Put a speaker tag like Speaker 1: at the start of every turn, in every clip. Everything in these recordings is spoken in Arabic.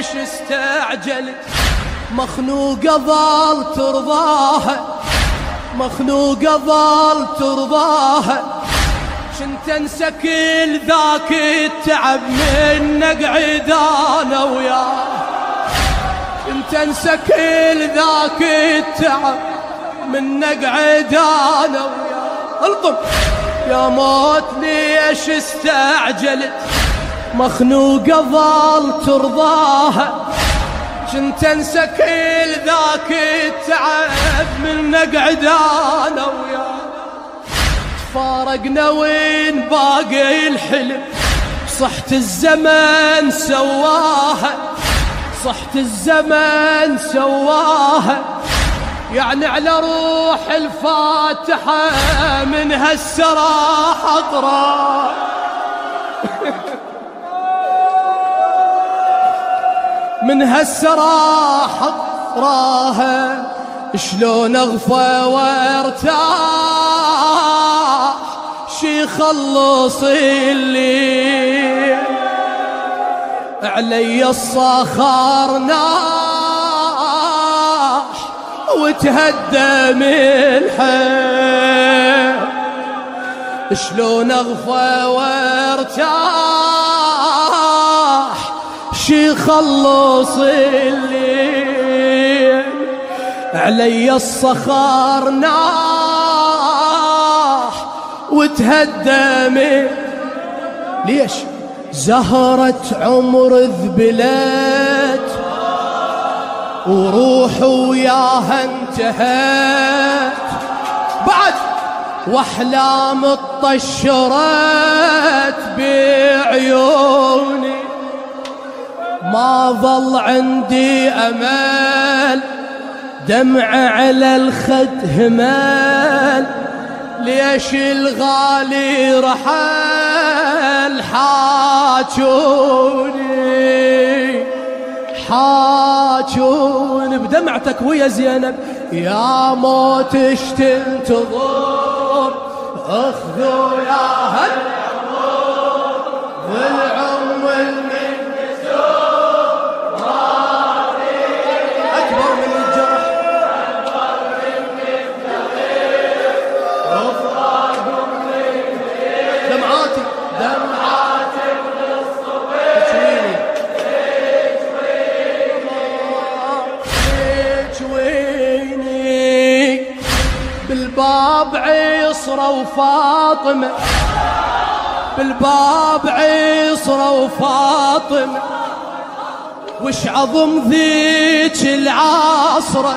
Speaker 1: ليش استعجلت؟ مخنوقة ظل ترضاها، مخنوقة ظل ترضاها، شنت انسى كل ذاك التعب من نقعد انا وياه، شنت انسى كل ذاك التعب من نقعد انا وياه. القم يا موت ليش استعجلت؟ مخنوقة ظل ترضاها، شنت انسى كل ذاك التعب من نقعد انا وياه. تفارقنا وين باقي الحلم، صحت الزمن سواها، صحت الزمن سواها، يعني على روح الفاتحة من هالسراح اطرح. من هالسراح اطراها، شلون اغفى وارتاح، شي خلص الليل علي الصخر ناح وتهدم الحيل، شلون اغفى وارتاح، شي خلص الليل علي الصخر ناح وتهدم. ليش؟ زهرة عمر ذبلت وروح وياها انتهت، بعد واحلام اتطشرت بعيوني، ما ظل عندي امل، دمعة على الخد همال، ليش الغالي رحل حاجوني، حاجوني بدمعتك ويا زينب. يا موت اش تنتظر، اخذوا يا هالعمر والعمر من كسور راضي، اكبر من الجرح، اكبر من التغيير، افراق من دمعاتي، دمعاتي بالصبر تشويني، بالباب عصرة وفاطمة، بالباب عصرة وفاطمة، وش عظم ذيك العاصرة.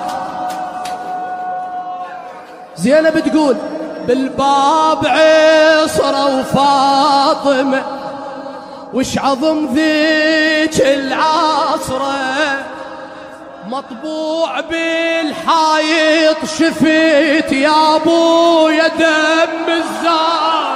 Speaker 1: زينب تقول بالباب عصرة وفاطمة، وش عظم ذيك العاصرة، مطبوع بالحايط شفيت يا ابويا دم الزار.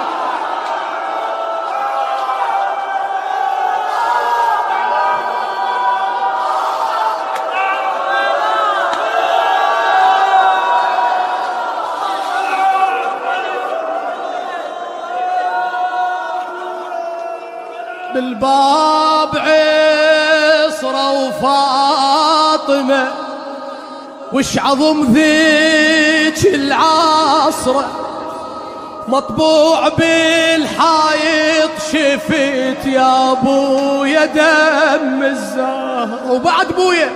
Speaker 1: بالباب عصرة وفاطمة، وش عظم ذيك العاصرة، مطبوع بالحايط شفت يا ابويا دم الزهر. وبعد بويا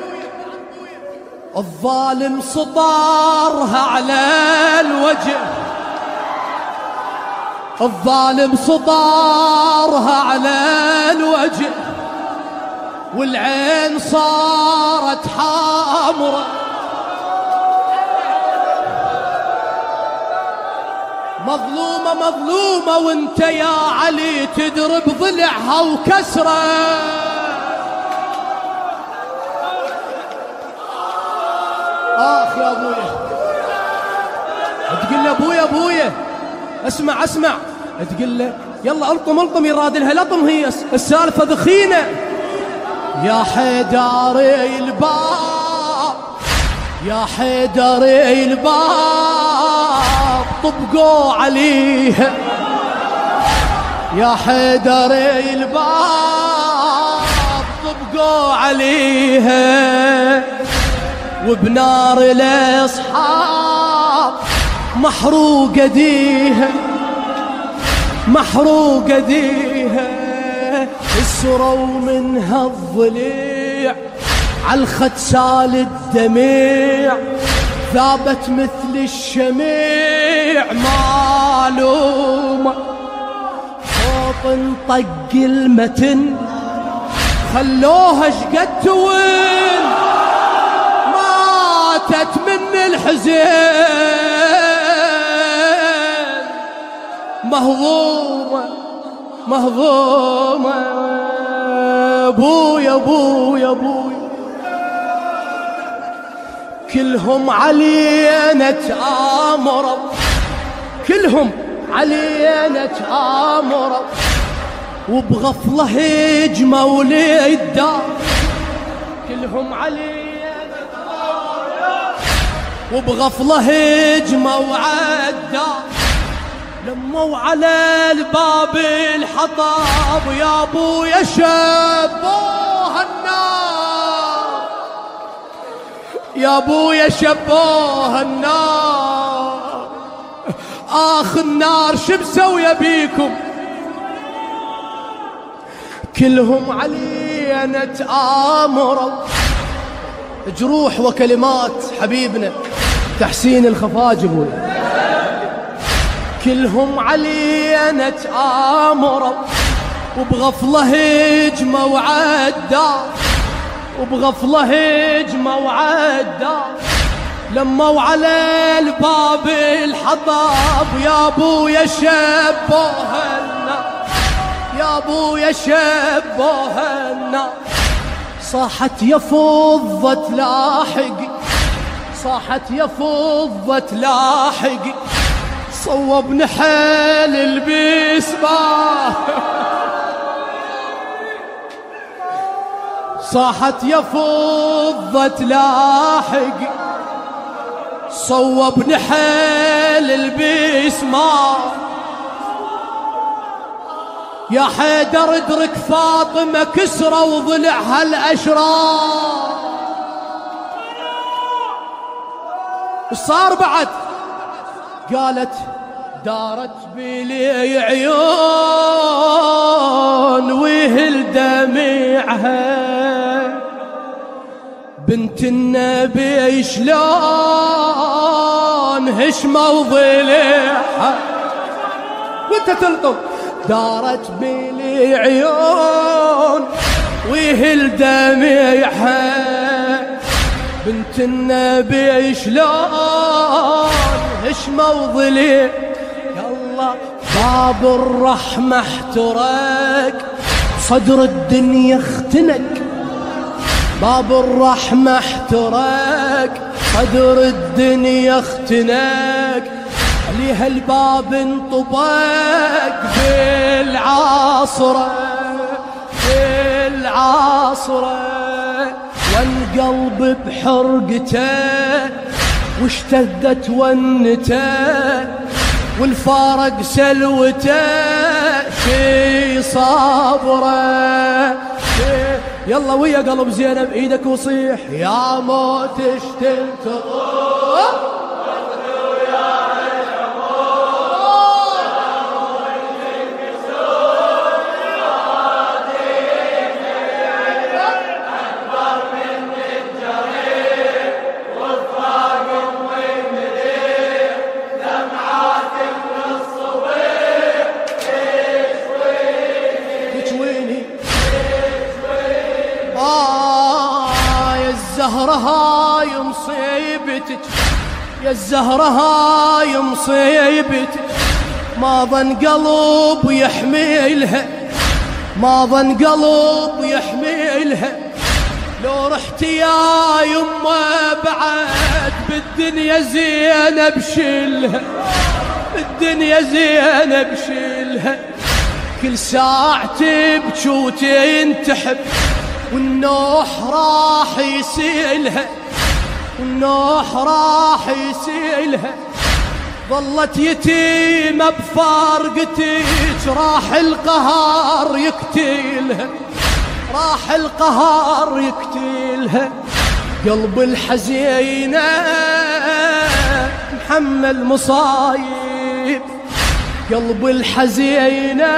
Speaker 1: الظالم سطرها على الوجه، الظالم سطرها على الوجه، والعين صارت حامرة، مظلومة مظلومة وانت يا علي تدرب ضلعها وكسرة. آخ يا أبويا، تقول له أبويا أبويا اسمع اسمع، تقول له يلا الطم الطم، يراد لها لطم، هي السالفة ذخينة. يا حيداري الباب، يا حيداري الباب، طبقوا عليها، يا حيداري الباب حرقوا عليها وبنار الاصحاب محروقة ديها محروقة ديها اسروا منها الضليع عالخد سال الدميع ذابت مثل الشميع معلومة صوت طق المتن خلوها شقد توين ماتت من الحزين مهضومة مهضومة ابويا ابويا ابويا كلهم علينا تآمروا كلهم علينا تآمروا وبغفلة هجموا للدار كلهم علينا تآمروا وبغفلة هجموا عالدار لموا على الباب الحطاب يا ابويا شبوها النار يا ابويا شبوها النار اخ النار شبسوي بيكم كلهم علينا تآمروا جروح وكلمات حبيبنا تحسين الخفاج ابويا كلهم علينا تآمروا وبغفلة هجموا عالدار وبغفلة هجموا عالدار لموا على الباب الحطاب يا ابويا شبوها النار يا ابويا شبوها النار صاحت يا فضة لاحقي صاحت يا فضة لاحقي صوب نحل البسباه صاحت يا فضة لاحقي صوب نحل البسماه يا حيدر ادرك فاطمة كسروا ضلعها الأشرار وصار بعد قالت دارت بلي عيون ويهل دميعها بنت النبي شلون هشموا ضلعها وانت تلطم دارت بلي عيون ويهل دميعها بنت النبي شلون هشموا ضليع يلا باب الرحمة احترق صدر الدنيا اختنق باب الرحمة احترق صدر الدنيا اختنق عليها الباب انطبق بالعاصرة بالعاصرة والقلب بحرقته واشتدت ونته والفارق سلوته في صبره يلا ويا قلب زينب ايدك وصيح يا موت اشتلت الزهرة هاي مصيبتك يا الزهرة هاي مصيبتك ما ظن قلب يحملها ما ظن قلب يحملها لو رحت يا يمه بعد بالدنيا زينب شيلها بالدنيا زينب شيلها كل ساعة تبكي وتنتحب والنوح راح يسيلها والنوح راح يسيلها ظلت يتيمة بفارقتك راح القهر يقتلها راح القهر يقتلها، قلب الحزينة محمل مصايب، قلب الحزينة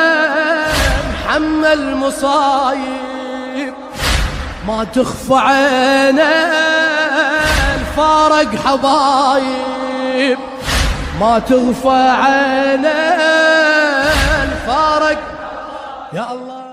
Speaker 1: محمل مصايب، ما تخفى عينه الفارق حبايب، ما تخفى عينه الفارق. يا الله